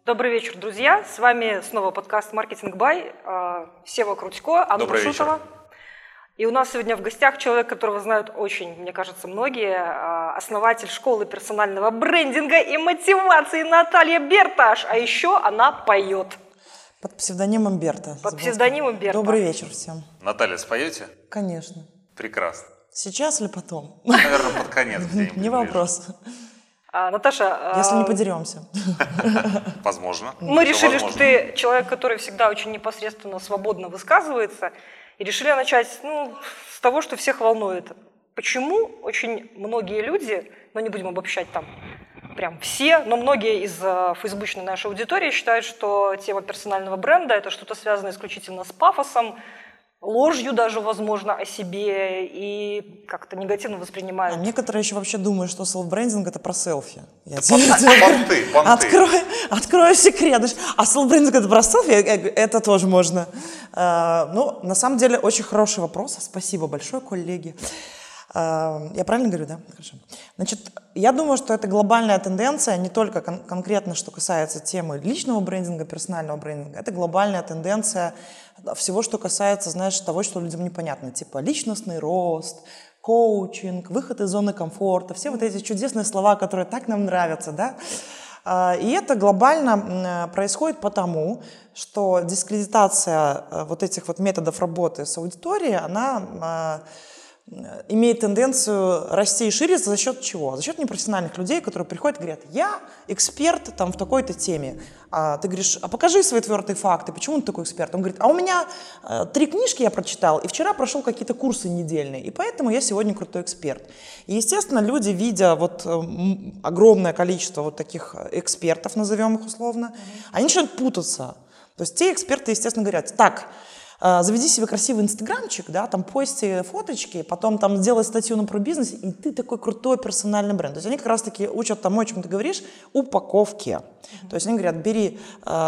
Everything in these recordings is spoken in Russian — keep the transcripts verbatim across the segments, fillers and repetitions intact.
Добрый вечер, друзья. С вами снова подкаст «Маркетинг бай». Сева Крутько, Анна Добрый Шутова. вечер. И у нас сегодня в гостях человек, которого знают очень, мне кажется, многие, основатель школы персонального брендинга и мотивации Наталья Берташ. А еще она поет. Под псевдонимом Берта. Под псевдонимом Берта. Добрый вечер всем. Наталья, споете? Конечно. Прекрасно. Сейчас или потом? Наверное, под конец где-нибудь. Не вопрос. А, Наташа... Если а... не подеремся. Возможно. Мы решили, возможно. что ты человек, который всегда очень непосредственно, свободно высказывается, и решили начать ну, с того, что всех волнует. Почему очень многие люди, ну не будем обобщать там прям все, но многие из э, фейсбучной нашей аудитории считают, что тема персонального бренда – это что-то связанное исключительно с пафосом, ложью даже, возможно, о себе, и как-то негативно воспринимают. А некоторые еще вообще думают, что селф-брендинг – это про селфи. Я Понты, понты. Открою, открою секрет. А селф-брендинг – это про селфи? Это тоже можно. А, ну, на самом деле, очень хороший вопрос. Спасибо большое, коллеги. А, я правильно говорю, да? Хорошо. Значит, я думаю, что это глобальная тенденция, не только кон- конкретно, что касается темы личного брендинга, персонального брендинга. Это глобальная тенденция всего, что касается, знаешь, того, что людям непонятно. Типа личностный рост, коучинг, выход из зоны комфорта. Все вот эти чудесные слова, которые так нам нравятся, да? А, и это глобально происходит потому, что дискредитация вот этих вот методов работы с аудиторией, она... имеет тенденцию расти и шириться за счет чего? За счет непрофессиональных людей, которые приходят и говорят: я эксперт там, в такой-то теме. А ты говоришь: а покажи свои твердые факты, почему ты такой эксперт? Он говорит: а у меня э, три книжки я прочитал, и вчера прошел какие-то курсы недельные, и поэтому я сегодня крутой эксперт. И, естественно, люди, видя вот э, огромное количество вот таких экспертов, назовем их условно, mm-hmm. они начинают путаться. То есть те эксперты, естественно, говорят: так, заведи себе красивый инстаграмчик, да, там пости фоточки, потом там сделай статью на про бизнес, и ты такой крутой персональный бренд. То есть они как раз-таки учат тому, о чем ты говоришь, упаковки. Mm-hmm. То есть они говорят: бери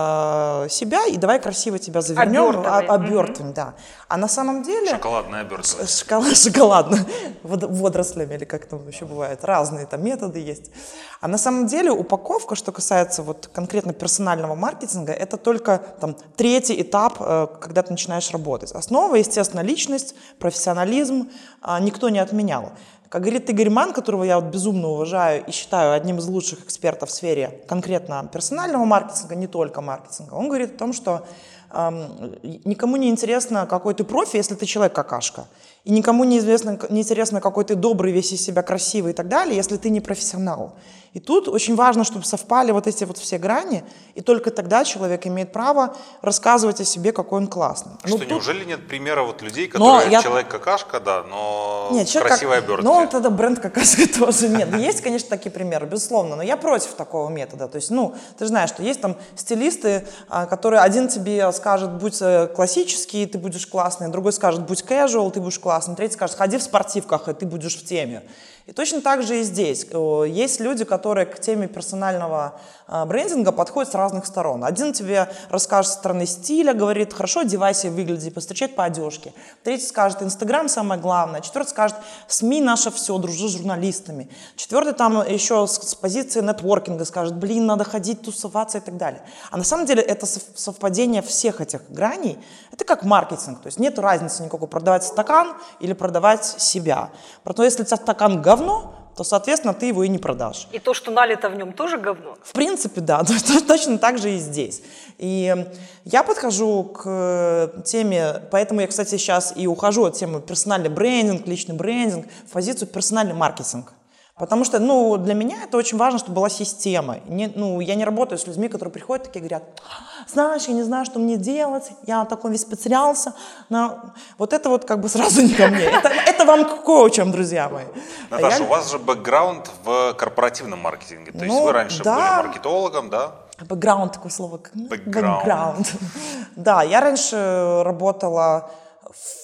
э, себя и давай красиво тебя завернем, обертываем, mm-hmm. да. А на самом деле... Шоколадное обертывание. Шоколад, шоколадно. Водорослями, или как там еще бывает. Разные там методы есть. А на самом деле упаковка, что касается вот конкретно персонального маркетинга, это только там третий этап, э, когда ты начинаешь работать. Основа, естественно, личность, профессионализм, а, никто не отменял. Как говорит Игорь Манн, которого я вот безумно уважаю и считаю одним из лучших экспертов в сфере конкретно персонального маркетинга, не только маркетинга, он говорит о том, что эм, никому не интересно, какой ты профи, если ты человек-какашка. И никому не, известно, не интересно, какой ты добрый, весь из себя красивый и так далее, если ты не профессионал. И тут очень важно, чтобы совпали вот эти вот все грани, и только тогда человек имеет право рассказывать о себе, какой он классный. Что, ну, неужели тут... нет примера вот людей, которые я... человек-какашка, да, но нет, с красивой как... оберткой? Ну, он тогда бренд-какашка тоже нет. Есть, конечно, такие примеры, безусловно, но я против такого метода. То есть, ну, ты же знаешь, что есть там стилисты, которые один тебе скажет: будь классический, ты будешь классный, другой скажет: будь casual, ты будешь классный, третий скажет: ходи в спортивках, и ты будешь в теме. И точно так же и здесь. Есть люди, которые к теме персонального брендинга подходят с разных сторон. Один тебе расскажет со стороны стиля, говорит: хорошо одевайся, выгляди, постричать по одежке. Третий скажет: Инстаграм самое главное. Четвертый скажет: СМИ наше все, дружи с журналистами. Четвертый там еще с, с позиции нетворкинга скажет: блин, надо ходить, тусоваться и так далее. А на самом деле это совпадение всех этих граней. Это как маркетинг. То есть нет разницы никакой, продавать стакан или продавать себя. Потому если у тебя стакан говно, то, соответственно, ты его и не продашь. И то, что налито в нем, тоже говно? В принципе, да. Точно так же и здесь. И я подхожу к теме, поэтому я, кстати, сейчас и ухожу от темы персональный брендинг, личный брендинг, в позицию персональный маркетинг. Потому что, ну, для меня это очень важно, чтобы была система. Не, ну, я не работаю с людьми, которые приходят такие, говорят: знаешь, я не знаю, что мне делать, я такой весь потерялся. Но вот это вот как бы сразу не ко мне. Это, это вам к коучам, друзья мои. Наташа, я... у вас же бэкграунд в корпоративном маркетинге. То есть ну, вы раньше да. были маркетологом, да? Бэкграунд, такое слово. Бэкграунд. Да, я раньше работала в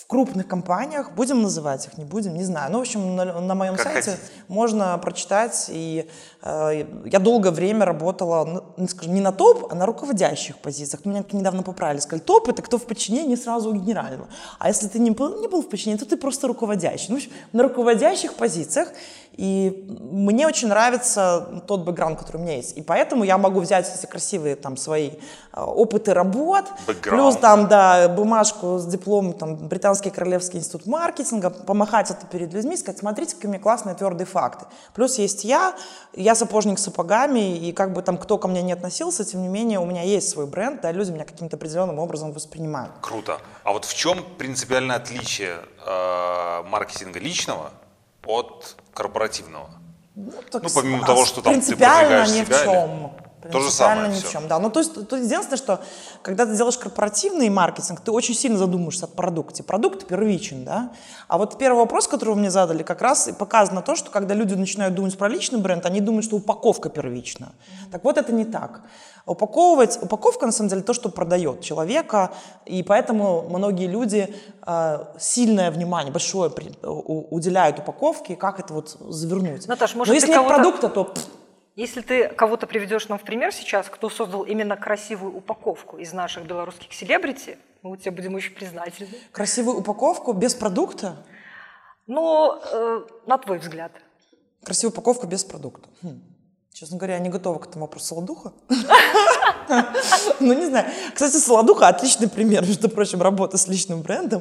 в крупных компаниях, будем называть их, не будем, не знаю. Ну, в общем, на, на моем Как сайте хотите. можно прочитать. И э, я долгое время работала, ну, скажем, не на топ, а на руководящих позициях. Меня недавно поправили, сказали, топ — это кто в подчинении сразу у генерального. А если ты не был, не был в подчинении, то ты просто руководящий. Ну, в общем, на руководящих позициях. И мне очень нравится тот бэкграунд, который у меня есть. И поэтому я могу взять эти красивые там свои э, опыты работ, Бэкграунд. плюс там, да, бумажку с дипломом, там, Британский Королевский институт маркетинга, помахать это перед людьми, сказать, смотрите, какие у меня классные твердые факты. Плюс есть я, я сапожник с сапогами, и как бы там кто ко мне не относился, тем не менее, у меня есть свой бренд, да, люди меня каким-то определенным образом воспринимают. Круто. А вот в чем принципиальное отличие э, маркетинга личного от корпоративного? Ну, так Ну, помимо а того, что там ты принципиально продвигаешь ни себя в или- чем. То же Принципиально самое ни всё. в чем, да. Ну, то есть, то есть единственное, что когда ты делаешь корпоративный маркетинг, ты очень сильно задумаешься о продукте. Продукт первичен, да. А вот первый вопрос, который вы мне задали, как раз и показано то, что когда люди начинают думать про личный бренд, они думают, что упаковка первична. Mm-hmm. Так вот, это не так. Упаковывать, упаковка, на самом деле, то, что продает человека, и поэтому многие люди э, сильное внимание, большое при, у, уделяют упаковке, и как это вот завернуть. Наташ, может, Но если ты нет кого-то- продукта, то... пф, Если ты кого-то приведешь нам в пример сейчас, кто создал именно красивую упаковку из наших белорусских селебрити, мы тебе будем очень признательны. красивую упаковку без продукта, Но, э, на твой взгляд. красивая упаковка без продукта. Хм. Честно говоря, я не готова к этому вопросу. Солодуха? Ну, не знаю. Кстати, Солодуха — отличный пример, между прочим, работы с личным брендом.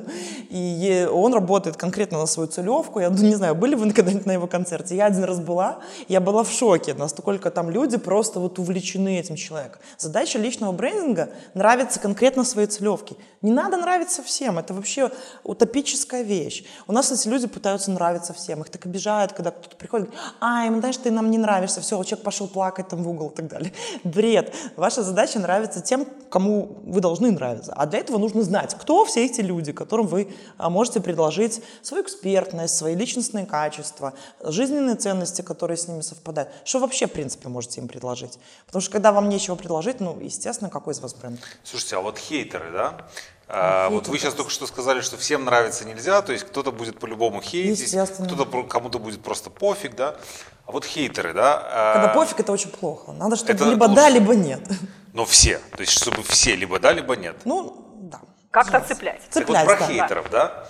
И он работает конкретно на свою целевку. Я не знаю, были вы когда-нибудь на его концерте? Я один раз была, я была в шоке, насколько там люди просто вот увлечены этим человеком. Задача личного брендинга — нравиться конкретно своей целевке. Не надо нравиться всем, это вообще утопическая вещь. У нас эти люди пытаются нравиться всем, их так обижают, когда кто-то приходит, ай, ну, знаешь, ты нам не нравишься, все, человек пошел плакать там в угол и так далее. Бред. Ваша задача — нравиться тем, кому вы должны нравиться. А для этого нужно знать, кто все эти люди, которым вы а, можете предложить свою экспертность, свои личностные качества, жизненные ценности, которые с ними совпадают. Что вообще, в принципе, можете им предложить? Потому что когда вам нечего предложить, ну, естественно, какой из вас бренд? Слушайте, а вот хейтеры, да? А, вот вы сейчас только что сказали, что всем нравиться нельзя, то есть кто-то будет по-любому хейтить, Естественно. кто-то про- кому-то будет просто пофиг, да? А вот хейтеры, да? а, Когда пофиг, это очень плохо. Надо, чтобы это либо лучше. да, либо нет. Но все, то есть чтобы все либо да, либо нет. Ну, да. Как-то цеплять. Так вот Цепляйся, про да. хейтеров, да?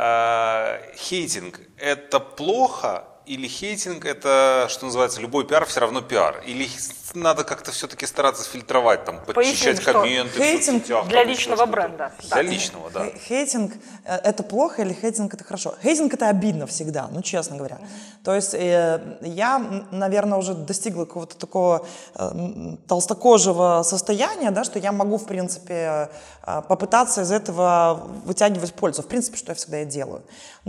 А, хейтинг – это плохо? Или хейтинг – это, что называется, любой пиар все равно пиар? Или надо как-то все-таки стараться фильтровать, там, подчищать что комменты в хейтинг соцсетях? для там, еще личного что-то? бренда, Для да. личного, да. Хей- Хейтинг э, – это плохо или хейтинг – это хорошо? Хейтинг – это обидно всегда, ну, честно говоря. То есть э, я, м, наверное, уже достигла какого-то такого э, м, толстокожего состояния, да, что я могу, в принципе, э, попытаться из этого вытягивать пользу. В принципе, что я всегда и делаю.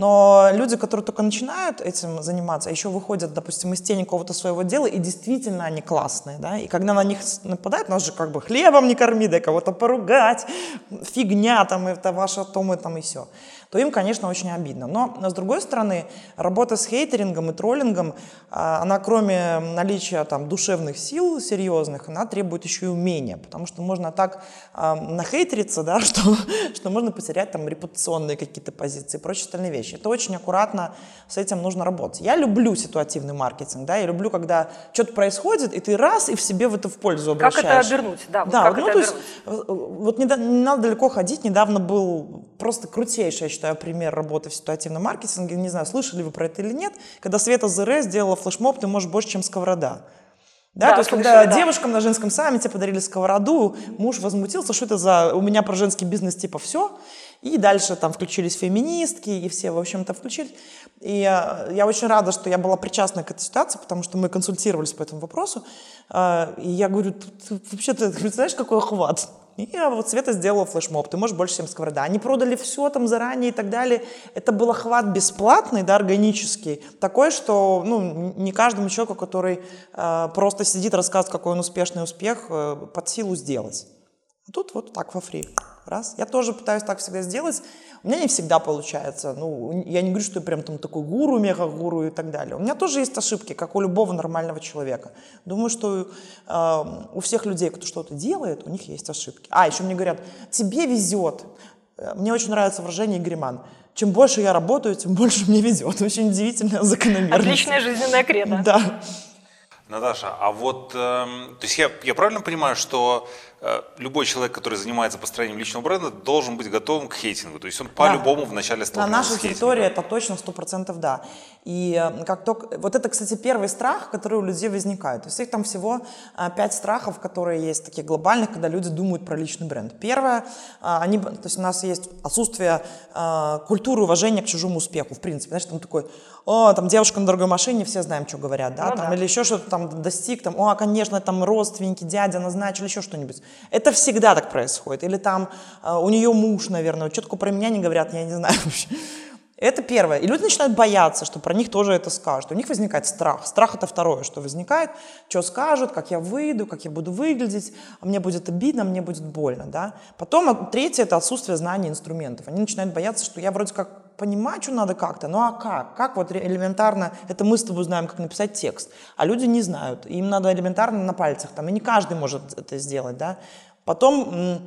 Но люди, которые только начинают этим заниматься, еще выходят, допустим, из тени какого-то своего дела, и действительно они классные, да, и когда на них нападают, нас же как бы хлебом не корми, да, кого-то поругать, фигня там, это ваше то мы там и все, то им, конечно, очень обидно. Но, с другой стороны, работа с хейтерингом и троллингом, а, она кроме наличия там душевных сил серьезных, она требует еще и умения, потому что можно так а, нахейтериться, да, что, что можно потерять там репутационные какие-то позиции и прочие остальные вещи. Это очень аккуратно, с этим нужно работать. Я люблю ситуативный маркетинг, да, я люблю, когда что-то происходит, и ты раз, и в себе в это в пользу Как обращаешь. это обернуть? Да, вот Да, как вот, ну, это то есть, обернуть? вот не, не надо далеко ходить. Недавно был просто крутейший, я считаю, пример работы в ситуативном маркетинге. Не знаю, слышали вы про это или нет. Когда Света ЗР сделала флешмоб «Ты можешь больше, чем сковорода». Да, Да, то есть, слышали, когда да. девушкам на женском саммите подарили сковороду, муж возмутился, что это за у меня про женский бизнес типа все. И дальше там включились феминистки, и все, в общем-то, включились. И э, я очень рада, что я была причастна к этой ситуации, потому что мы консультировались по этому вопросу. Э, и я говорю, ты, ты, вообще, ты знаешь, какой охват? И я вот Света сделала флешмоб, ты можешь больше, чем сковорода. Они продали все там заранее и так далее. Это был охват бесплатный, да, органический. Такой, что ну, не каждому человеку, который э, просто сидит, рассказывает, какой он успешный успех, э, под силу сделать. А тут вот так во фри. Раз. Я тоже пытаюсь так всегда сделать. У меня не всегда получается. Ну, я не говорю, что я прям там такой гуру, мега-гуру и так далее. У меня тоже есть ошибки, как у любого нормального человека. Думаю, что э, у всех людей, кто что-то делает, у них есть ошибки. А, еще мне говорят, тебе везет. Мне очень нравится выражение Игорь Ман. Чем больше я работаю, тем больше мне везет. Очень удивительная закономерность. Отличная жизненная кредо. Да. Наташа, а вот, э, то есть я, я правильно понимаю, что э, любой человек, который занимается построением личного бренда, должен быть готовым к хейтингу? То есть он по-любому да. вначале столкнется На нашей с хейтингом? территории это точно сто процентов да. И как только... Вот это, кстати, первый страх, который у людей возникает. То есть их там всего пять страхов, которые есть, таких глобальных, когда люди думают про личный бренд. Первое, они, то есть у нас есть отсутствие культуры уважения к чужому успеху, в принципе. Знаешь, там такой, о, там девушка на дорогой машине, все знаем, что говорят, да, ну, там, да. или еще что-то там достиг, там, о, конечно, там родственники, дядя назначили, еще что-нибудь. Это всегда так происходит. Или там у нее муж, наверное, что такое про меня не говорят, я не знаю вообще. Это первое. И люди начинают бояться, что про них тоже это скажут. У них возникает страх. Страх — это второе, что возникает. Что скажут, как я выйду, как я буду выглядеть. Мне будет обидно, мне будет больно. Да? Потом третье — это отсутствие знаний инструментов. Они начинают бояться, что я вроде как понимаю, что надо как-то. Ну а как? Как вот элементарно, это мы с тобой знаем, как написать текст. А люди не знают. Им надо элементарно на пальцах. Там, и не каждый может это сделать. Да? Потом...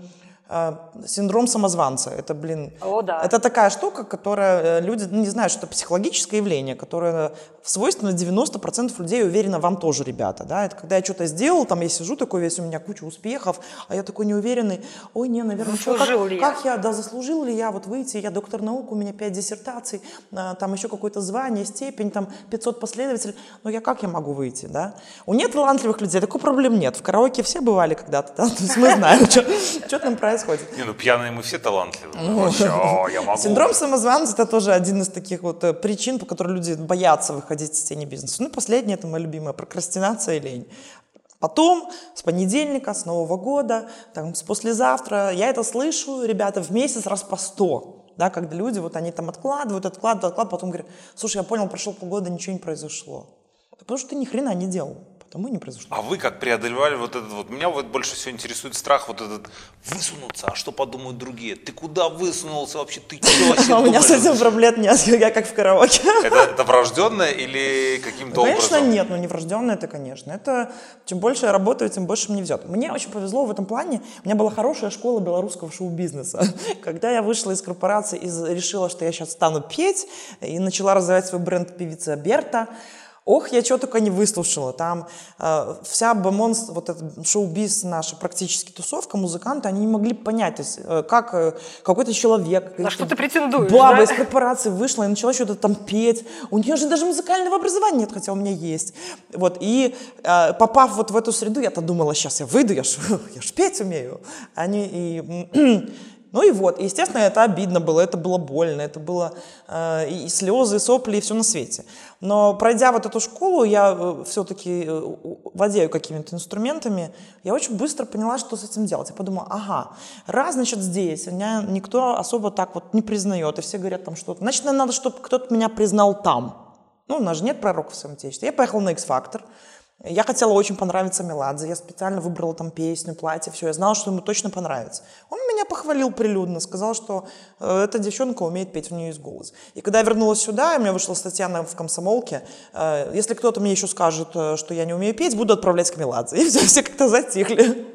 Синдром самозванца. Это, блин, О, да. это такая штука, которая люди ну, не знают, что это психологическое явление, которое свойственно девяносто процентов людей, уверена, вам тоже, ребята. Да? Это когда я что-то сделал, там я сижу такой весь, у меня куча успехов, а я такой неуверенный, ой, не, наверное, что, как, ли как я, да, заслужил ли я вот выйти, я доктор наук, у меня пять диссертаций, там еще какое-то звание, степень, там пятьсот последователей, но я как я могу выйти, да? У неталантливых людей такой проблем нет. В караоке все бывали когда-то, да? То есть мы знаем, что там происходит. Не, ну пьяные мы все талантливые. Ну, все, я могу. Синдром самозванца — это тоже один из таких вот причин, по которым люди боятся выходить из тени бизнеса. Ну, последнее — это моя любимая — прокрастинация и лень. Потом, с понедельника, с Нового года, там, с послезавтра, я это слышу, ребята, в месяц раз по сто. Да, когда люди, вот они там откладывают, откладывают, откладывают, потом говорят, слушай, я понял, прошло полгода, ничего не произошло. Потому что ты ни хрена не делал. Тому не произошло. А вы как преодолевали вот этот вот, меня вот больше всего интересует страх вот этот высунуться, а что подумают другие? Ты куда высунулся вообще? Ты чего? У меня с этим проблем нет, я как в караоке. Это врожденное или каким-то образом? Конечно нет, но не врожденное это, конечно. Это чем больше я работаю, тем больше мне везет. Мне очень повезло в этом плане. У меня была хорошая школа белорусского шоу-бизнеса. Когда я вышла из корпорации и решила, что я сейчас стану петь, и начала развивать свой бренд певицы Берта, ох, я чего только не выслушала. Там э, вся бомонс, вот этот шоу-биз, наша практически тусовка, музыканты, они не могли понять, то есть, э, как э, какой-то человек, на что ты претендуешь, баба да? из корпорации вышла и начала что-то там петь. У нее же даже музыкального образования нет, хотя у меня есть. Вот, и э, попав вот в эту среду, я-то думала, сейчас я выйду, я ж, я ж петь умею. Они и... Ну и вот, естественно, это обидно было, это было больно, это было э, и слезы, и сопли, и все на свете. Но пройдя вот эту школу, я э, все-таки э, владею какими-то инструментами, я очень быстро поняла, что с этим делать. Я подумала, ага, раз, значит, здесь меня никто особо так вот не признает, и все говорят там что-то, значит, мне надо, чтобы кто-то меня признал там. Ну, у нас же нет пророков в своем отечестве. Я поехала на X-Factor. Я хотела очень понравиться Меладзе, я специально выбрала там песню, платье, все, я знала, что ему точно понравится. Он меня похвалил прилюдно, сказал, что э, эта девчонка умеет петь, у нее есть голос. И когда я вернулась сюда, у меня вышла статья на, в «Комсомолке», э, если кто-то мне еще скажет, э, что я не умею петь, буду отправлять к Меладзе. И все, все как-то затихли.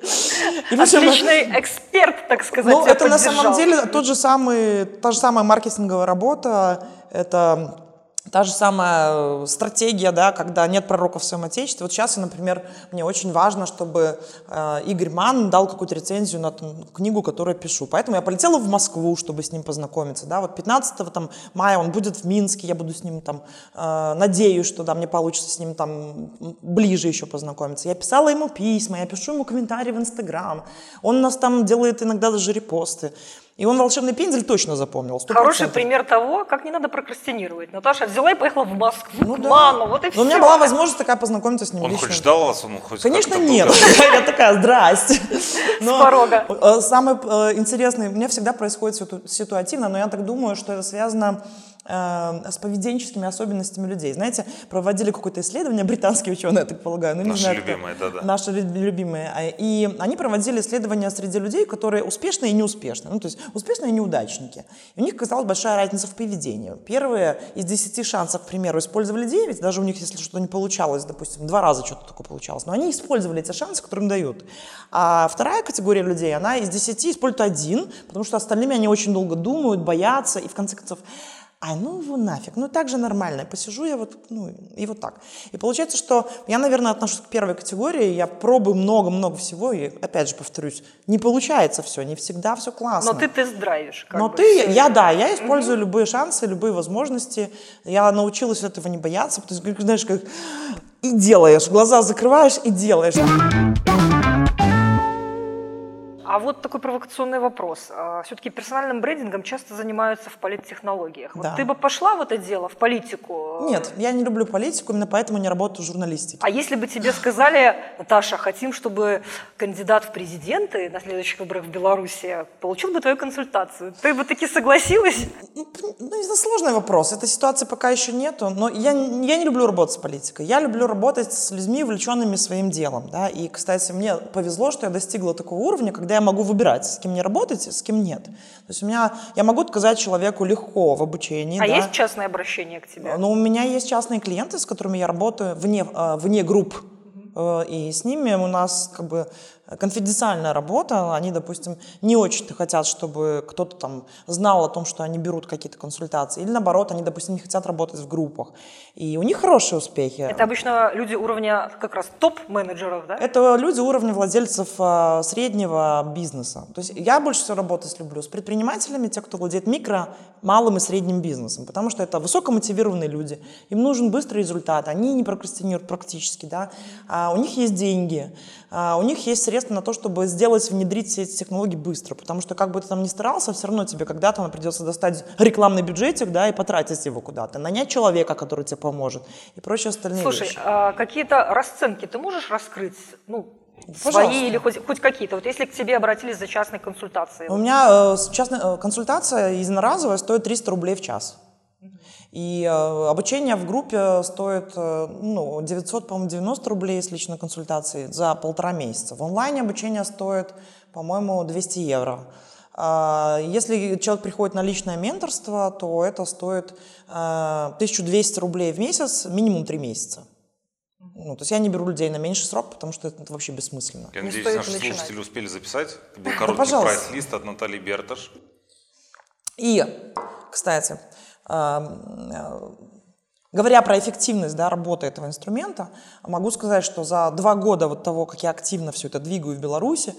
Отличный эксперт, так сказать, Ну, это поддержал. на самом деле тот же самый, та же самая маркетинговая работа, это... Та же самая стратегия, да, когда нет пророков в своем отечестве. Вот сейчас, например, мне очень важно, чтобы э, Игорь Ман дал какую-то рецензию на ту книгу, которую я пишу. Поэтому я полетела в Москву, чтобы с ним познакомиться. Да. Вот пятнадцатого там, мая он будет в Минске, я буду с ним там, э, надеюсь, что да, мне получится с ним там ближе еще познакомиться. Я писала ему письма, я пишу ему комментарии в Инстаграм. Он у нас там делает иногда даже репосты. И он «Волшебный пендель» точно запомнил. сто процентов. Хороший пример того, как не надо прокрастинировать. Наташа взяла и поехала в Москву, ну, к да. Ману, вот и Но все. у меня была возможность такая познакомиться с ним Он лично. хоть ждал вас? Он хоть Конечно, как-то нет. был... Я такая, здрасте. С порога. Самое интересное, у меня всегда происходит ситуативно, но я так думаю, что это связано э, с поведенческими особенностями людей. Знаете, проводили какое-то исследование, британские ученые, я так полагаю. Ну, не наши знаю, любимые, да-да. Наши любимые. И они проводили исследования среди людей, которые успешные и неуспешные. Ну, то есть успешные и неудачники. И у них оказалась большая разница в поведении. Первые из десяти шансов, к примеру, использовали девять, даже у них, если что-то не получалось, допустим, два раза что-то такое получалось, но они использовали эти шансы, которые им дают. А вторая категория людей, она из десяти использует один, потому что остальными они очень долго думают, боятся, и в конце концов, ай, ну его нафиг, ну так же нормально, посижу я вот, ну и вот так. И получается, что я, наверное, отношусь к первой категории, я пробую много-много всего, и опять же повторюсь, не получается все, не всегда все классно. Но ты тест-драйвишь. Как Но бы, ты, все. я, да, я использую mm-hmm. любые шансы, любые возможности, я научилась этого не бояться, потому что, знаешь, как и делаешь, глаза закрываешь и делаешь. А вот такой провокационный вопрос. Все-таки персональным брендингом часто занимаются в политтехнологиях. Да. Вот ты бы пошла в это дело, в политику? Нет, я не люблю политику, именно поэтому не работаю в журналистике. А если бы тебе сказали, Наташа, хотим, чтобы кандидат в президенты на следующих выборах в Беларуси получил бы твою консультацию, ты бы таки согласилась? Ну, это сложный вопрос. Этой ситуации пока еще нету, но я, я не люблю работать с политикой. Я люблю работать с людьми, увлеченными своим делом. Да? И, кстати, мне повезло, что я достигла такого уровня, когда я могу выбирать, с кем мне работать, с кем нет. То есть у меня, я могу отказать человеку легко в обучении. А да? есть частное обращение к тебе? Ну, у меня есть частные клиенты, с которыми я работаю вне, вне групп. И с ними у нас как бы конфиденциальная работа. Они, допустим, не очень хотят, чтобы кто-то там знал о том, что они берут какие-то консультации. Или наоборот, они, допустим, не хотят работать в группах. И у них хорошие успехи. Это обычно люди уровня как раз топ-менеджеров, да? Это люди уровня владельцев а, среднего бизнеса. То есть я больше всего работать люблю с предпринимателями, те, кто владеет микро, малым и средним бизнесом. Потому что это высокомотивированные люди. Им нужен быстрый результат. Они не прокрастинируют практически. Да? А у них есть деньги. А у них есть средства на то, чтобы сделать, внедрить все эти технологии быстро. Потому что как бы ты там ни старался, все равно тебе когда-то придется достать рекламный бюджетик, да, и потратить его куда-то. Нанять человека, который тебе поможет. И прочие остальные Слушай, вещи. а какие-то расценки ты можешь раскрыть? Ну, Пожалуйста. Свои или хоть, хоть какие-то? Вот если к тебе обратились за частной консультацией. У меня э, частная э, консультация единоразовая стоит триста рублей в час. И э, обучение в группе стоит э, ну, девятьсот, по-моему, девяносто рублей с личной консультацией за полтора месяца. В онлайне обучение стоит, по-моему, двести евро. А если человек приходит на личное менторство, то это стоит э, тысяча двести рублей в месяц, минимум три месяца. Ну, то есть я не беру людей на меньший срок, потому что это, это вообще бессмысленно. Я не надеюсь, наши начинать. слушатели успели записать. Это был короткий да, прайс-лист от Натальи Берташ. И, кстати, говоря про эффективность, да, работы этого инструмента, могу сказать, что за два года вот того, как я активно все это двигаю в Беларуси,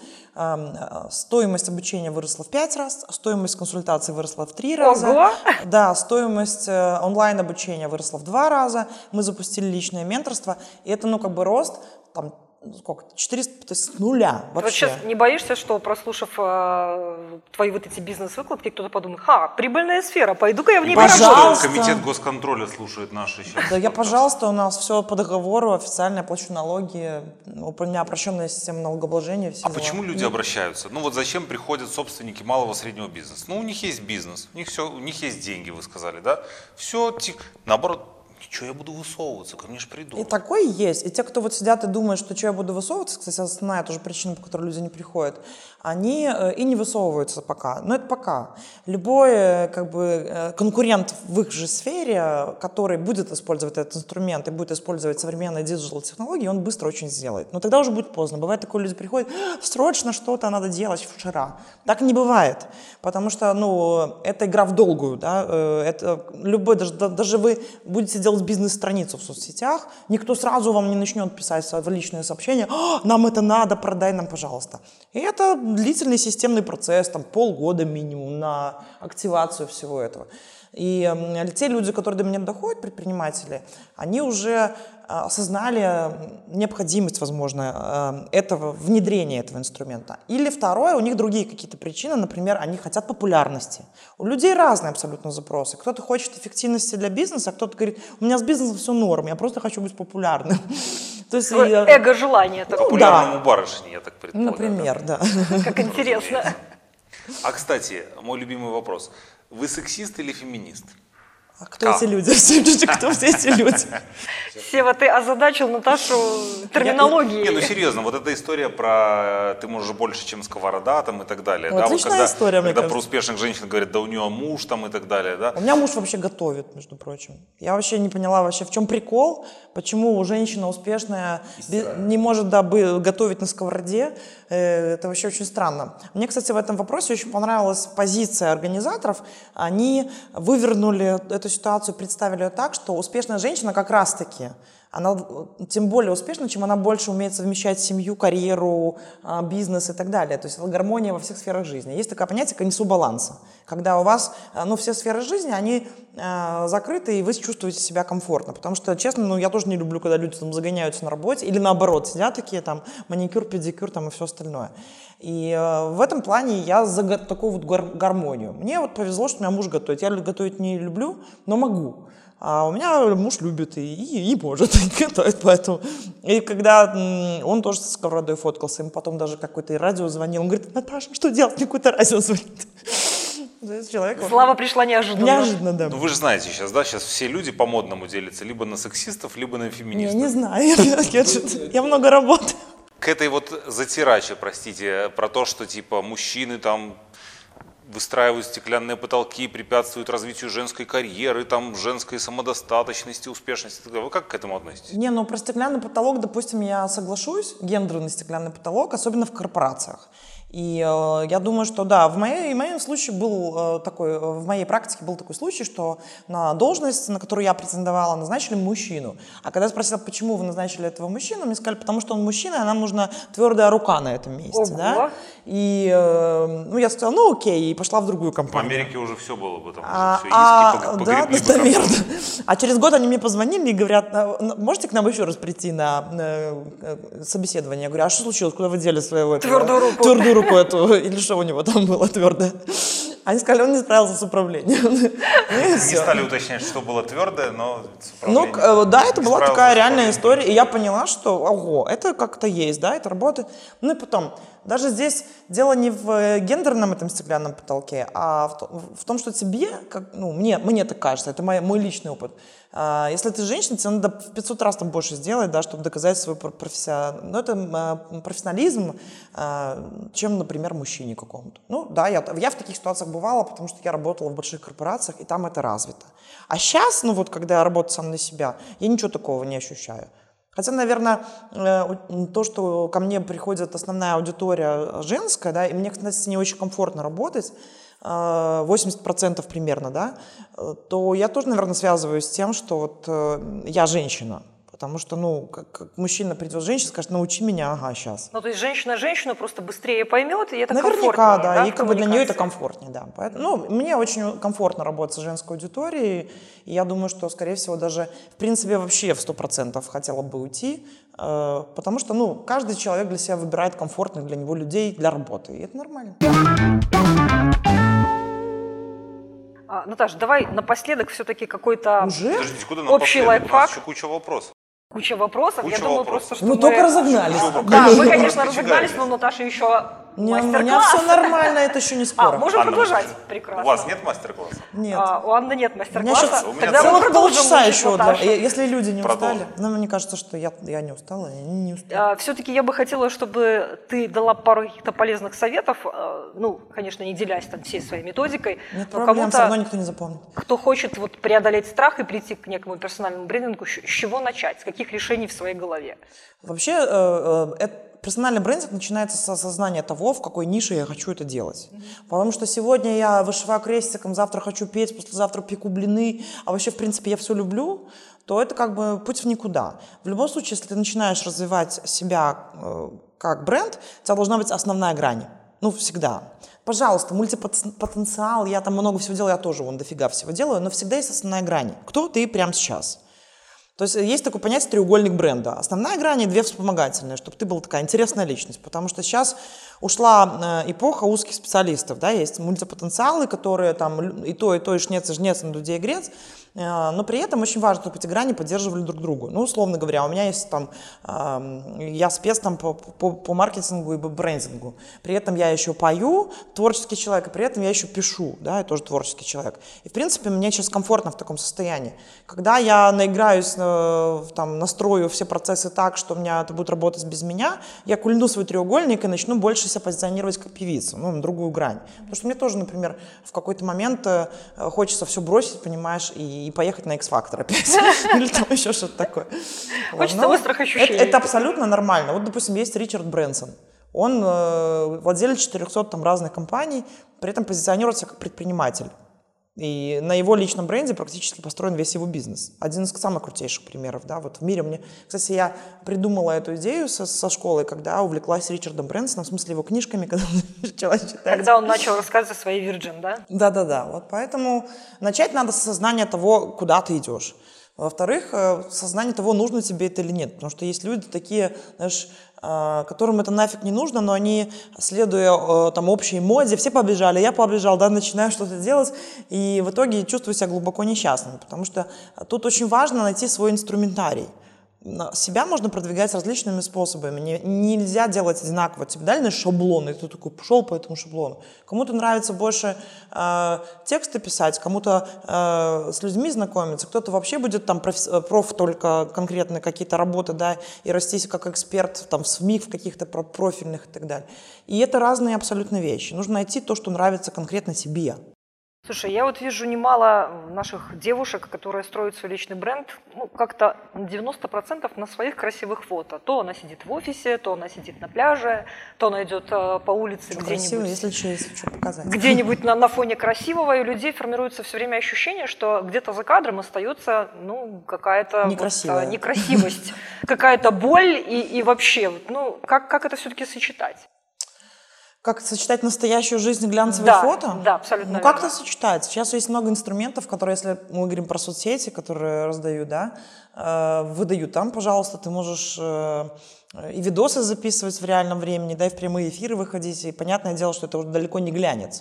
стоимость обучения выросла в пять раз, стоимость консультаций выросла в три раза. Ого! Да, стоимость онлайн-обучения выросла в два раза. Мы запустили личное менторство, и это, ну, как бы рост, там, сколько, четыреста, то есть с нуля вообще. Вот сейчас не боишься, что, прослушав э, твои вот эти бизнес-выкладки, кто-то подумает, ха, прибыльная сфера, пойду-ка я в ней Пожалуйста. поработаю. Комитет госконтроля слушает наши сейчас. Да, я, пожалуйста, у нас все по договору, официально я плачу налоги, у меня упрощенная система налогообложения. Все А дела. почему люди Нет. обращаются? Ну вот зачем приходят собственники малого среднего бизнеса? Ну у них есть бизнес, у них все, у них есть деньги, вы сказали, да? Все, наоборот. Что я буду высовываться? Ко мне же придут. И такое есть. И те, кто вот сидят и думают, что что я буду высовываться, кстати, основная тоже причина, по которой люди не приходят, они э, и не высовываются пока. Но это пока. Любой э, как бы, э, конкурент в их же сфере, который будет использовать этот инструмент и будет использовать современные диджитал-технологии, он быстро очень сделает. Но тогда уже будет поздно. Бывает такое, люди приходят, срочно что-то надо делать вчера. Так не бывает. Потому что, ну, это игра в долгую. Да? Это любой, даже, даже вы будете делать бизнес-страницу в соцсетях, никто сразу вам не начнет писать в личные сообщения, нам это надо, продай нам, пожалуйста. И это длительный системный процесс, там полгода минимум на активацию всего этого. И э, те люди, которые до меня доходят, предприниматели, они уже э, осознали необходимость, возможно, э, этого, внедрения этого инструмента. Или второе, у них другие какие-то причины, например, они хотят популярности. У людей разные абсолютно запросы. Кто-то хочет эффективности для бизнеса, а кто-то говорит, у меня с бизнесом все норм, я просто хочу быть популярным. То есть, Свое эго-желание. Ну, популярному барышне, я так предполагаю. Например, да. Как интересно. А, кстати, мой любимый вопрос. Вы сексист или феминист? А кто эти люди? Кто все эти люди? Сева, ты озадачил Наташу терминологией. Не, ну серьезно, вот эта история про ты можешь больше, чем сковорода там и так далее. Ну, да? отличная Вот когда, история, мне когда кажется. про успешных женщин говорят, да у нее муж там и так далее. Да? У меня муж вообще готовит, между прочим. Я вообще не поняла вообще, в чем прикол, почему женщина успешная не может да, готовить на сковороде. Это вообще очень странно. Мне, кстати, в этом вопросе очень понравилась позиция организаторов. Они вывернули эту ситуацию, представили ее так, что успешная женщина как раз-таки, она тем более успешна, чем она больше умеет совмещать семью, карьеру, бизнес и так далее. То есть это гармония во всех сферах жизни. Есть такое понятие, как несу баланса. Когда у вас ну, все сферы жизни, они э, закрыты, и вы чувствуете себя комфортно. Потому что, честно, ну, я тоже не люблю, когда люди там загоняются на работе, или наоборот, сидят такие, там, маникюр, педикюр там, и все остальное. И э, в этом плане я за такую вот гар гармонию. Мне вот повезло, что у меня муж готовит. Я готовить не люблю, но могу. А у меня муж любит и, и, и может готовить, поэтому. И когда м, он тоже со сковородой фоткался, ему потом даже какой-то радио звонил, он говорит: Наташа, что делать? Мне какое-то радио звонит. Человек, Слава пришла неожиданно. Неожиданно, да. Ну вы же знаете сейчас, да, сейчас все люди по-модному делятся либо на сексистов, либо на феминистов. Я не знаю, я, я, я много работаю. К этой вот затираче, простите, про то, что типа мужчины там выстраивают стеклянные потолки, препятствуют развитию женской карьеры, там, женской самодостаточности, успешности. Вы как к этому относитесь? Не, ну про стеклянный потолок, допустим, я соглашусь, гендерный стеклянный потолок, особенно в корпорациях. И э, я думаю, что да, в, моей, в моем случае был э, такой, в моей практике был такой случай, что на должность, на которую я претендовала, назначили мужчину. А когда я спросила, почему вы назначили этого мужчину, мне сказали, потому что он мужчина, и нам нужна твердая рука на этом месте. Да? И э, ну, я сказала, ну окей, и пошла в другую В компанию. Америке уже все было бы, там А, уже все а, иски да, погребли бы. наверное. А через год они мне позвонили и говорят, можете к нам еще раз прийти на э, собеседование? Я говорю, а что случилось, куда вы дели своего этого, Твердую руку. твердую руку эту, или что у него там было твердое? Они сказали, он не справился с управлением. Не стали уточнять, что было твердое, но Ну, э, да, это была такая реальная история, и я поняла. поняла, что, ого, это как-то есть, да, это работает. Ну и потом, даже здесь дело не в гендерном этом стеклянном потолке, а в, том, в том, что тебе, как, ну, мне, мне так кажется, это мой, мой личный опыт. А, если ты женщина, тебе надо в пятьсот раз там больше сделать, да, чтобы доказать свой профессионализм, ну, это, а, профессионализм, а, чем, например, мужчине какому-то. Ну, да, я, я в таких ситуациях бывала, потому что я работала в больших корпорациях, и там это развито. А сейчас, ну вот, когда я работаю сам на себя, я ничего такого не ощущаю. Хотя, наверное, то, что ко мне приходит основная аудитория женская, да, и мне, кстати, с ней очень комфортно работать, восемьдесят процентов примерно, да, то я тоже, наверное, связываюсь с тем, что вот я женщина. Потому что, ну, как, как мужчина придет, женщина скажет, научи меня, ага, сейчас. Ну, то есть женщина женщину просто быстрее поймет, и это Наверняка, комфортнее, да, да, и как бы для нее это комфортнее, да. Поэтому, ну, мне очень комфортно работать с женской аудиторией, и я думаю, что, скорее всего, даже, в принципе, вообще в сто процентов хотела бы уйти, э, потому что, ну, каждый человек для себя выбирает комфортных для него людей для работы, и это нормально. А, Наташа, давай напоследок все-таки какой-то Уже? Подождите, куда нам общий последовать? У нас лайфхак. еще куча вопросов. Куча вопросов. Куча Я думаю, вопросов. просто, что Мы мы... только разогнались. Да, мы, конечно, Разбегаетесь. разогнались, но у Наташи еще Не, у меня мастер-класс. все нормально, это еще не А, скоро. можем Анна, продолжать. вы- Прекрасно. У вас нет мастер-класса? Нет. А, у Анны нет У меня мастер-класса. сейчас У меня Тогда мы целых продолжим полчаса мучить еще, для- Наташу. если люди не Продолжим. устали. Ну, мне кажется, что я, я не устала, я не устала. А, все-таки я бы хотела, чтобы ты дала пару каких-то полезных советов. а, Ну, конечно, не делясь там всей своей методикой. Нет но проблем, все равно кому-то, никто не запомнит. кто хочет вот преодолеть страх и прийти к некому персональному брендингу, с чего начать? С каких решений в своей голове? Вообще, э, э, это- персональный брендинг начинается с осознания того, в какой нише я хочу это делать. Mm-hmm. Потому что сегодня я вышиваю крестиком, завтра хочу петь, послезавтра пеку блины, а вообще, в принципе, я все люблю, то это как бы путь в никуда. В любом случае, если ты начинаешь развивать себя э, как бренд, у тебя должна быть основная грань. Ну, всегда. Пожалуйста, мультипотенциал, я там много всего делаю, я тоже вон дофига всего делаю, но всегда есть основная грань. Кто ты прямо сейчас? То есть есть такое понятие треугольник бренда. Основная грань и две вспомогательные, чтобы ты была такая интересная личность. Потому что сейчас ушла э, эпоха узких специалистов. Да? Есть мультипотенциалы, которые там и то, и то, и шнец, и жнец, и дудей, и грец. но при этом очень важно, чтобы эти грани поддерживали друг другу. Ну, условно говоря, у меня есть там, я спец там по, по, по маркетингу и брендингу, при этом я еще пою, творческий человек, и при этом я еще пишу, да, я тоже творческий человек. И, в принципе, мне сейчас комфортно в таком состоянии. Когда я наиграюсь, там, настрою все процессы так, что у меня это будет работать без меня, я кульну свой треугольник и начну больше себя позиционировать как певица, ну, на другую грань. Потому что мне тоже, например, в какой-то момент хочется все бросить, понимаешь, и, и поехать на X-Factor опять. Или там еще что-то такое. Хочется острых ощущений. Это, это абсолютно нормально. Вот, допустим, есть Ричард Брэнсон. Он э, владелец четырехсот там разных компаний, при этом позиционируется как предприниматель. И на его личном бренде практически построен весь его бизнес. Один из самых крутейших примеров, да, вот в мире. Мне, кстати, я придумала эту идею со, со школы, когда увлеклась Ричардом Брэнсоном, в смысле его книжками, когда начала читать. Когда он начал рассказывать о своей Virgin, да? Да-да-да, вот поэтому начать надо с сознания того, куда ты идешь. Во-вторых, сознание того, нужно тебе это или нет. Потому что есть люди такие, знаешь, которым это нафиг не нужно, но они, следуя там общей моде, все побежали, я побежал, да, начинаю что-то делать, и в итоге чувствую себя глубоко несчастным, потому что тут очень важно найти свой инструментарий. Себя можно продвигать различными способами. Не, нельзя делать одинаково. Тебе дали на шаблон, и ты такой пошел по этому шаблону. Кому-то нравится больше э, тексты писать, кому-то э, с людьми знакомиться, кто-то вообще будет там проф, проф только конкретные какие-то работы, да, и расти как эксперт там, в СМИ, в каких-то профильных и так далее. И это разные абсолютно вещи. Нужно найти то, что нравится конкретно себе. Слушай, я вот вижу немало наших девушек, которые строят свой личный бренд, ну, как-то девяносто процентов на своих красивых фото. То она сидит в офисе, то она сидит на пляже, то она идет э, по улице что где-нибудь. Красиво, если что, если что показать. Где-нибудь на, на фоне красивого, и у людей формируется все время ощущение, что где-то за кадром остается, ну, какая-то некрасивая. Вот, некрасивость, какая-то боль и, и вообще, ну, как, как это все-таки сочетать? Как сочетать настоящую жизнь и глянцевые да, фото? Да, абсолютно. Ну, как-то сочетать. Сейчас есть много инструментов, которые, если мы говорим про соцсети, которые раздают, да, э, выдают там, пожалуйста, ты можешь э, и видосы записывать в реальном времени, да, и в прямые эфиры выходить. И понятное дело, что это уже далеко не глянец.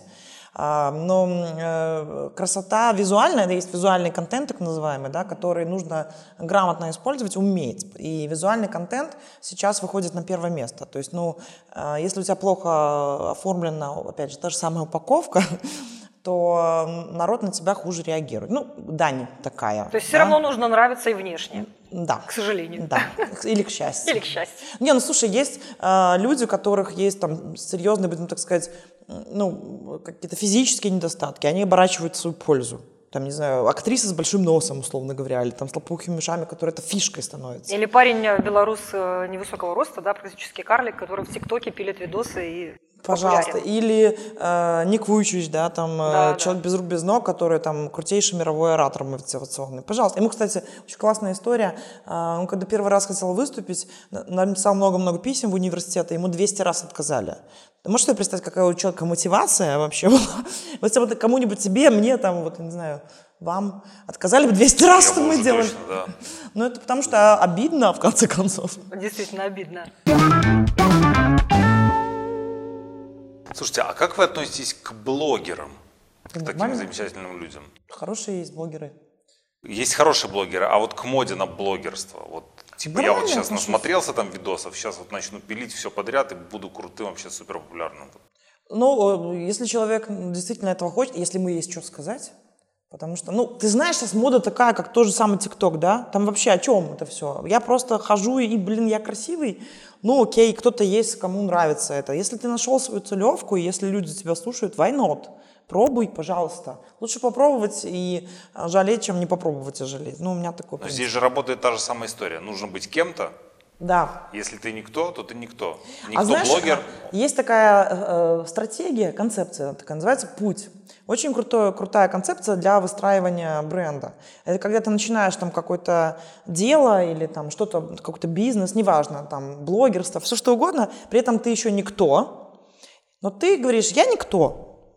Но э, красота визуальная, да, есть визуальный контент, так называемый, да, который нужно грамотно использовать, уметь. И визуальный контент сейчас выходит на первое место. То есть, ну, э, если у тебя плохо оформлена, опять же, та же самая упаковка, то народ на тебя хуже реагирует. Ну, дань такая. То есть да? все равно нужно нравиться и внешне. Да. К сожалению. Да. Или к счастью. Или к счастью. Не, ну слушай, есть э, люди, у которых есть там серьезные, будем так сказать, ну, какие-то физические недостатки, они оборачивают в свою пользу. Там, не знаю, актриса с большим носом, условно говоря, или там с лопоухими ушами, которая это фишкой становится. Или парень белорус невысокого роста, да, практически карлик, который в ТикТоке пилит видосы и Пожалуйста. популярен. Или э, Ник Вуйчич, да, там да, э, человек да. без рук, без ног, который там крутейший мировой оратор мотивационный. Пожалуйста. Ему, кстати, очень классная история. Э, он когда первый раз хотел выступить, написал много-много писем в университет, ему двести раз отказали. Ты можешь себе представить, какая у человека мотивация вообще была? Вот если вот кому-нибудь тебе, мне, там, вот, не знаю, вам отказали бы двести раз, что мы делаем. Точно, да. Ну, это потому что обидно, в конце концов. Действительно обидно. Слушайте, а как вы относитесь к блогерам? К таким Нормально. замечательным людям? Хорошие есть блогеры. Есть хорошие блогеры, а вот к моде на блогерство. Вот, типа я вот Нормально сейчас отношусь. насмотрелся там видосов, сейчас вот начну пилить все подряд и буду крутым, вообще супер популярным. Ну, если человек действительно этого хочет, если ему есть что сказать, потому что, ну, ты знаешь, сейчас мода такая, как тот же самый ТикТок, да? Там вообще о чем это все? Я просто хожу и, блин, я красивый. Ну, окей, кто-то есть, кому нравится это. Если ты нашел свою целевку, и если люди тебя слушают, why not? Пробуй, пожалуйста. Лучше попробовать и жалеть, чем не попробовать и жалеть. Ну, у меня такой Но принцип. здесь же работает та же самая история. Нужно быть кем-то. Да. Если ты никто, то ты никто. Никто А знаешь, блогер. есть такая э, стратегия, концепция, такая называется «Путь». Очень крутой, крутая концепция для выстраивания бренда. Это когда ты начинаешь там какое-то дело или там что-то, какой-то бизнес, неважно, там блогерство, все что угодно, при этом ты еще никто, но ты говоришь «я никто».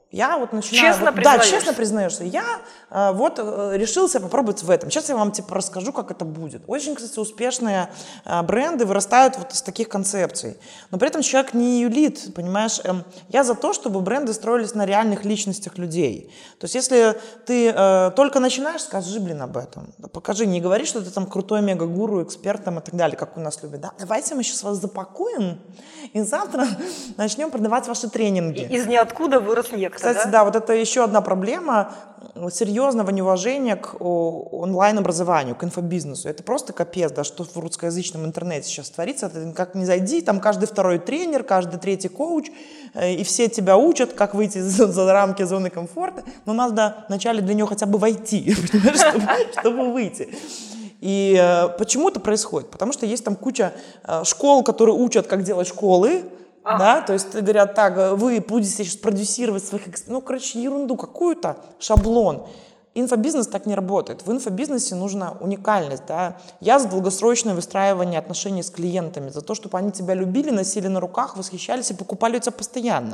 Я вот начинаю... Честно вот, да, признаешься. честно признаешься. Я э, вот э, решился попробовать в этом. Сейчас я вам типа расскажу, как это будет. Очень, кстати, успешные э, бренды вырастают вот из таких концепций. Но при этом человек не юлит, понимаешь? Эм, я за то, чтобы бренды строились на реальных личностях людей. То есть если ты э, только начинаешь, скажи, блин, об этом. Да, покажи, не говори, что ты там крутой мега-гуру, эксперт там, и так далее, как у нас любят. Да? Давайте мы сейчас вас запакуем и завтра начнем продавать ваши тренинги. Из ниоткуда вырос некто. Кстати, да? да, вот это еще одна проблема серьезного неуважения к онлайн-образованию, к инфобизнесу. Это просто капец, да, что в русскоязычном интернете сейчас творится. Это как ни зайди, там каждый второй тренер, каждый третий коуч, и все тебя учат, как выйти за, за рамки зоны комфорта. Но надо вначале для него хотя бы войти, чтобы, чтобы выйти. И э, почему это происходит? Потому что есть там куча э, школ, которые учат, как делать школы, а. да, то есть говорят, так, вы будете сейчас продюсировать своих, ну, короче, ерунду какую-то, шаблон. Инфобизнес так не работает. В инфобизнесе нужна уникальность, да. Я за долгосрочное выстраивание отношений с клиентами, за то, чтобы они тебя любили, носили на руках, восхищались и покупали у тебя постоянно.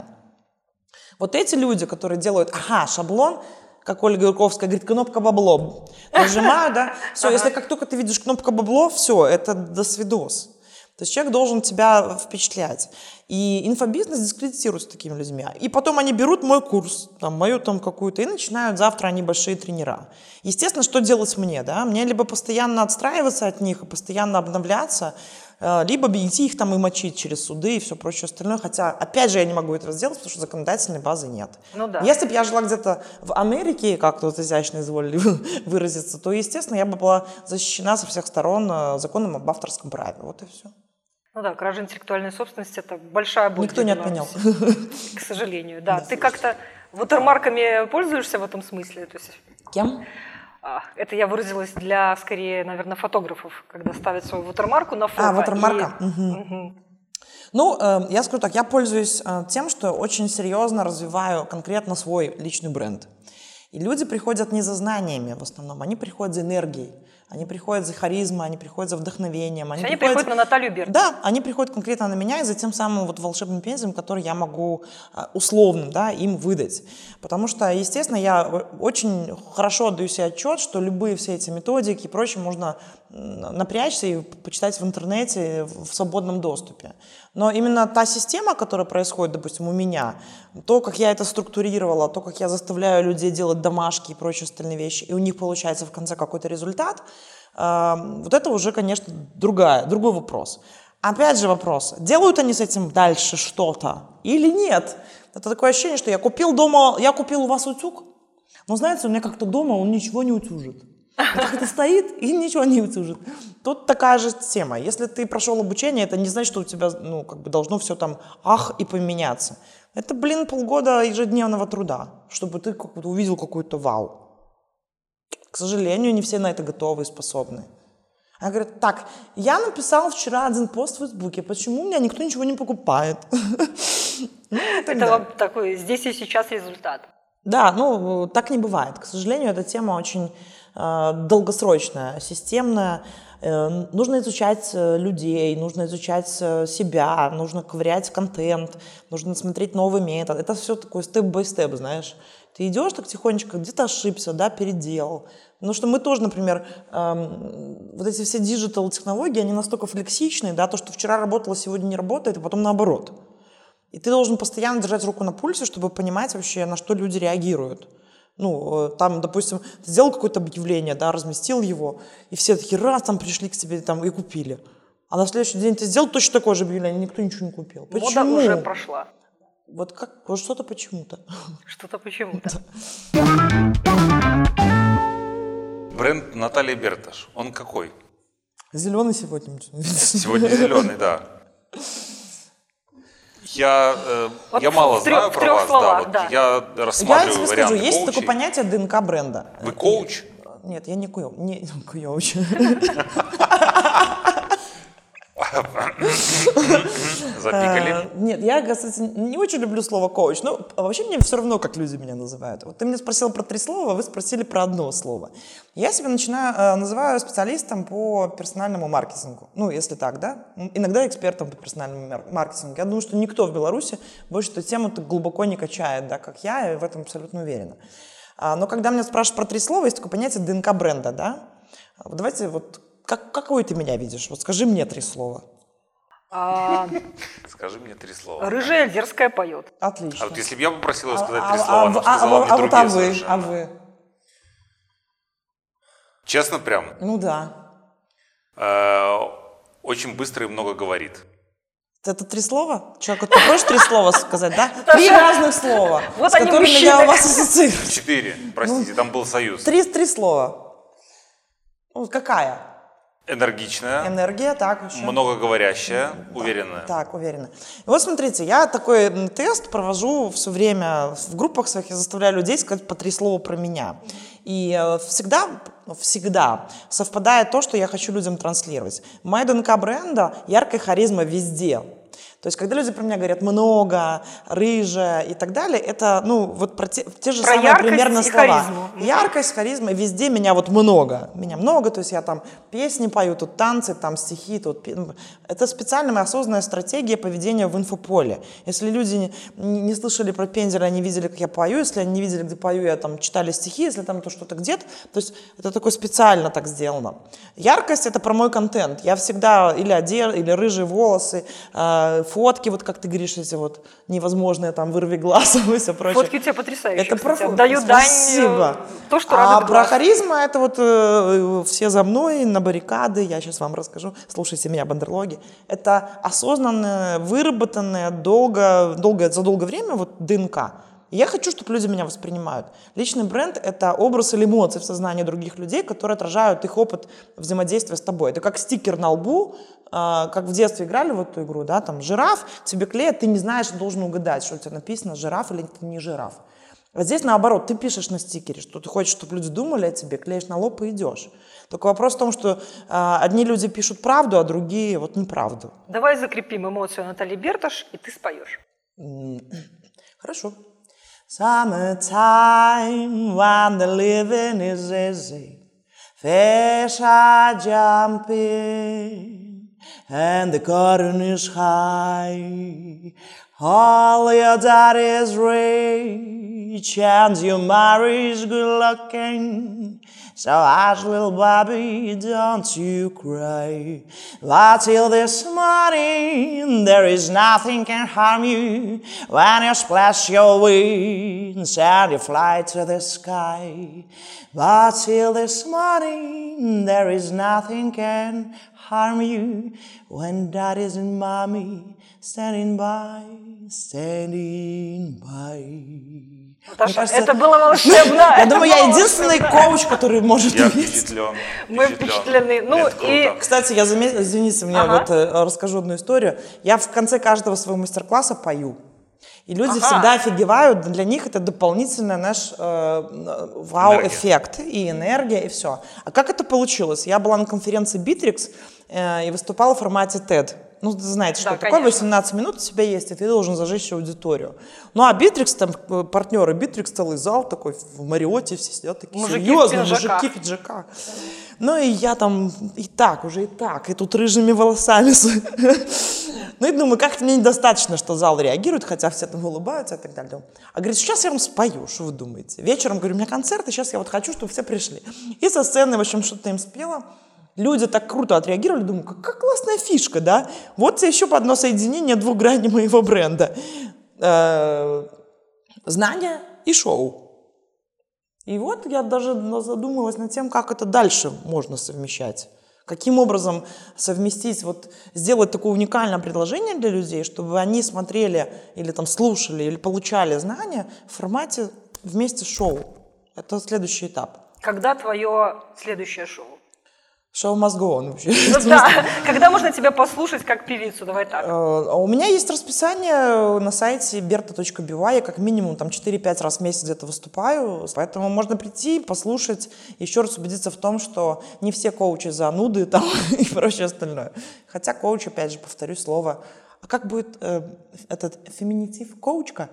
Вот эти люди, которые делают, ага, шаблон, как Ольга Юрковская говорит, кнопка бабло. Нажимаю, да, все, ага. Если как только ты видишь кнопку бабло, все, это до свидос. То есть человек должен тебя впечатлять. И инфобизнес дискредитируется такими людьми. И потом они берут мой курс, там, мою там какую-то, и начинают завтра они большие тренера. Естественно, что делать мне, да? Мне либо постоянно отстраиваться от них и постоянно обновляться, либо идти их там и мочить через суды и все прочее остальное. Хотя, опять же, я не могу этого сделать, потому что законодательной базы нет. Ну, да. Если бы я жила где-то в Америке, как тут изящно изволили выразиться, то, естественно, я бы была защищена со всех сторон законом об авторском праве. Вот и все. Ну да, кража интеллектуальной собственности – это большая боль. Никто не отменял. К сожалению, да. Ты как-то ватермарками пользуешься в этом смысле? То есть... Кем? Это я выразилась для, скорее, наверное, фотографов, когда ставят свою ватермарку на фото. А, ватермарка. И... Угу. Угу. Ну, э, я скажу так, я пользуюсь э, тем, что очень серьезно развиваю конкретно свой личный бренд. И люди приходят не за знаниями в основном, они приходят за энергией, они приходят за харизмой, они приходят за вдохновением. Они, они приходят... приходят на Наталью Берд. Да, они приходят конкретно на меня и за тем самым вот волшебным пензелем, который я могу условным, да, им выдать. Потому что, естественно, я очень хорошо отдаю себе отчет, что любые все эти методики и прочее можно напрячься и почитать в интернете в свободном доступе. Но именно та система, которая происходит, допустим, у меня, то, как я это структурировала, то, как я заставляю людей делать домашки и прочие остальные вещи, и у них получается в конце какой-то результат, э, вот это уже, конечно, другая, другой вопрос. Опять же вопрос, делают они с этим дальше что-то или нет? Это такое ощущение, что я купил дома, я купил у вас утюг, но, знаете, у меня как-то дома он ничего не утюжит. Вот это стоит и ничего не утюжит. Тут такая же тема. Если ты прошел обучение, это не значит, что у тебя, ну, как бы должно все там ах и поменяться. Это, блин, полгода ежедневного труда, чтобы ты как-то увидел какую-то вау. К сожалению, не все на это готовы и способны. Она говорит, так, я написала вчера один пост в Фейсбуке, почему у меня никто ничего не покупает? Это вам такой, здесь и сейчас результат. Да, ну, так не бывает. К сожалению, эта тема очень э, долгосрочная, системная. Э, нужно изучать людей, нужно изучать себя, нужно ковырять контент, нужно смотреть новый метод. Это все такое степ-бай-степ, знаешь. Ты идешь так тихонечко, где-то ошибся, да, переделал. Потому что мы тоже, например, э, вот эти все диджитал-технологии, они настолько флексичные, да, то, что вчера работало, сегодня не работает, и потом наоборот. И ты должен постоянно держать руку на пульсе, чтобы понимать вообще, на что люди реагируют. Ну, там, допустим, ты сделал какое-то объявление, да, разместил его, и все такие раз там пришли к тебе там, и купили. А на следующий день ты сделал точно такое же объявление, никто ничего не купил. Почему? Мода уже прошла. Вот как, вот что-то почему-то. Что-то почему-то. Бренд Наталья Берташ, он какой? Зеленый сегодня. Сегодня зеленый, да. Я, э, вот я мало трех, знаю про вас, словах, да, вот да. я рассматриваю Я тебе варианты скажу, есть коучей. такое понятие ДНК бренда. Вы коуч? Нет, я не коуч. Не коуч. Запикали. Нет, я, кстати, не очень люблю слово коуч, но вообще мне все равно, как люди меня называют. Вот ты меня спросил про три слова, вы спросили про одно слово. Я себя начинаю, называю специалистом по персональному маркетингу. Ну, если так, да? Иногда экспертом по персональному маркетингу. Я думаю, что никто в Беларуси больше эту тему так глубоко не качает, да, как я, и в этом абсолютно уверена. Но когда меня спрашивают про три слова, есть такое понятие ДНК бренда, да? Вот давайте вот, как, какой ты меня видишь? Вот скажи мне три слова. А, Скажи мне три слова. Рыжая дерзкая поет. Отлично. А вот если бы я попросил ее сказать А- три а- слова, а- она а- сказала а- мне а вот другие а вы, совершенно. а вы? Честно прям. Ну да. Э, Очень быстро и много говорит. Это три слова? Человек, ты хочешь три слова сказать, да? Это Три же- разных слова, Вот с они, которыми мужчины. я у вас ассоциирую. Четыре. Простите, там был союз. Три, три слова. Ну, какая? Энергичная, Энергия, так, еще. многоговорящая, уверенная. Так, уверена. И вот смотрите, я такой м, тест провожу все время в группах своих, я заставляю людей сказать по три слова про меня. И э, всегда, всегда совпадает то, что я хочу людям транслировать. Моя ДНК бренда — яркая харизма везде. То есть, когда люди про меня говорят «много», «рыжая» и так далее, это, ну, вот про те, те же Про самые яркость примерно и слова. харизму. Яркость, харизма, везде меня вот много. Меня много, то есть я там песни пою, тут танцы, там стихи, тут... пи- Это специальная моя осознанная стратегия поведения в инфополе. Если люди не, не слышали про Пензер, они видели, как я пою, если они не видели, где пою, я там читали стихи, если там то что-то где-то, то есть это такое специально так сделано. Яркость — это про мой контент. Я всегда или одежда, или рыжие волосы, э, фотки, вот как ты говоришь, эти вот невозможные там вырви глаз и все прочее. Фотки у тебя потрясающие, Это про кстати. фото. Отдаю дань, Спасибо. э, то, что а радует про глаз. харизму это вот э, все за мной на баррикады, я сейчас вам расскажу, слушайте меня, бандерлоги. Это осознанное, выработанное долго, долго, за долгое время вот ДНК. И я хочу, чтобы люди меня воспринимают. Личный бренд — это образ или эмоции в сознании других людей, которые отражают их опыт взаимодействия с тобой. Это как стикер на лбу, э, как в детстве играли в эту игру, да, там жираф, тебе клеят, ты не знаешь, должен угадать, что у тебя написано, жираф или это не жираф. А здесь наоборот, ты пишешь на стикере, что ты хочешь, чтобы люди думали о тебе, клеишь на лоб и идешь. Только вопрос в том, что э, одни люди пишут правду, а другие вот неправду. Давай закрепим эмоцию Натальи Берташ, и ты споешь. Хорошо. Summertime, when the living is easy, fish are jumping, and the cotton is high. All your dad is rich, and your Mary is good looking. So hush, little Bobby, don't you cry. But till this morning, there is nothing can harm you when you splash your wings and you fly to the sky. But till this morning, there is nothing can harm you when daddy's and mommy standing by, standing by. Наташа, кажется, это было волшебно. Я это думаю, я было единственный коуч, который может Я уметь. впечатлен. Мы впечатлены. Ну Это и- круто. Кстати, я заметила, извините, мне Ага. вот э, расскажу одну историю. Я в конце каждого своего мастер-класса пою. И люди Ага. всегда офигевают, для них это дополнительный наш э, вау-эффект и энергия, и все. А как это получилось? Я была на конференции Bittrex э, и выступала в формате TED. Ну, вы знаете, что Да, такое, конечно. восемнадцать минут у тебя есть, и ты должен зажечь аудиторию. Ну, а Bittrex, там, э, партнеры Bittrex, целый зал такой, в Мариотте все сидят такие Мужики в серьезные, пиджаках. мужики в пиджаках. Ну, и я там и так, уже и так, и тут рыжими волосами. Ну, и думаю, как-то мне недостаточно, что зал реагирует, хотя все там улыбаются и так далее. А говорит, сейчас я вам спою, что вы думаете? Вечером, говорю, у меня концерт, и сейчас я вот хочу, чтобы все пришли. И со сцены, в общем, что-то им спела. Люди так круто отреагировали, думаю, какая классная фишка, да? Вот тебе еще одно соединение двух граней моего бренда. Э, Знания и шоу. И вот я даже задумалась над тем, как это дальше можно совмещать. Каким образом совместить, вот сделать такое уникальное предложение для людей, чтобы они смотрели или там слушали, или получали знания в формате вместе с шоу. Это следующий этап. Когда твое следующее шоу? Show must go on вообще. Ну, да, когда можно тебя послушать как певицу, давай так. У меня есть расписание на сайте берта точка би вай, я как минимум там четыре-пять раз в месяц где-то выступаю, поэтому можно прийти, послушать, еще раз убедиться в том, что не все коучи зануды там и прочее остальное. Хотя коуч, опять же, повторю слово, а как будет э, этот феминитив? Коучка?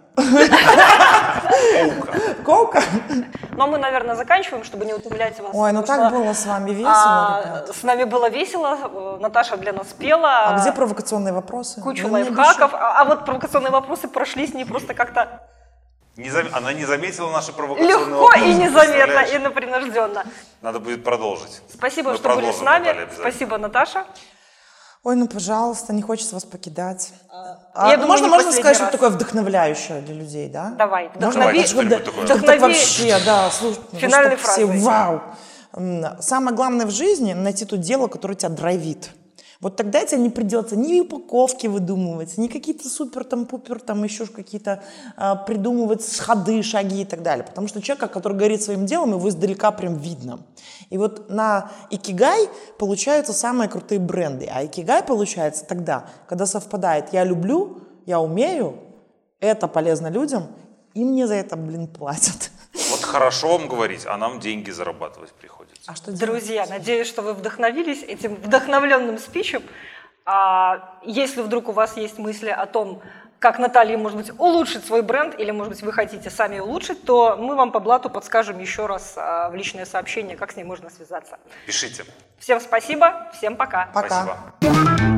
Коука. Но мы, наверное, заканчиваем, чтобы не утомлять вас. Ой, ну так было с вами весело, а, ребят. С нами было весело, Наташа для нас пела. А где провокационные вопросы? Кучу лайфхаков, а, а вот провокационные вопросы прошли с ней просто как-то... Не зам... Она не заметила наши провокационные легко вопросы. И незаметно, и напринужденно. Надо будет продолжить. Спасибо, Мы что были с нами. Наталья, Спасибо, Наташа. Ой, ну пожалуйста, не хочется вас покидать. А, а, я думаю, можно можно сказать, раз. что такое вдохновляющее для людей, да? Давай, вдохнови. вдохнови. Чтобы, такое. чтобы так вообще, да, слушай, финальной все, фразой. вау. Самое главное в жизни — найти то дело, которое тебя драйвит. Вот тогда тебе не придется ни упаковки выдумывать, ни какие-то супер там пупер там еще какие-то а, придумывать ходы, шаги и так далее. Потому что человек, который горит своим делом, его издалека прям видно. И вот на икигай получаются самые крутые бренды. А икигай получается тогда, когда совпадает «я люблю», «я умею», это полезно людям, и мне за это, блин, платят. Вот хорошо вам говорить, а нам деньги зарабатывать приходится. А что делать? Друзья, надеюсь, что вы вдохновились этим вдохновленным спичем. А если вдруг у вас есть мысли о том, как Наталья, может быть, улучшить свой бренд, или, может быть, вы хотите сами улучшить, то мы вам по блату подскажем еще раз а, в личное сообщение, как с ней можно связаться. Пишите. Всем спасибо, всем пока. Пока. Спасибо.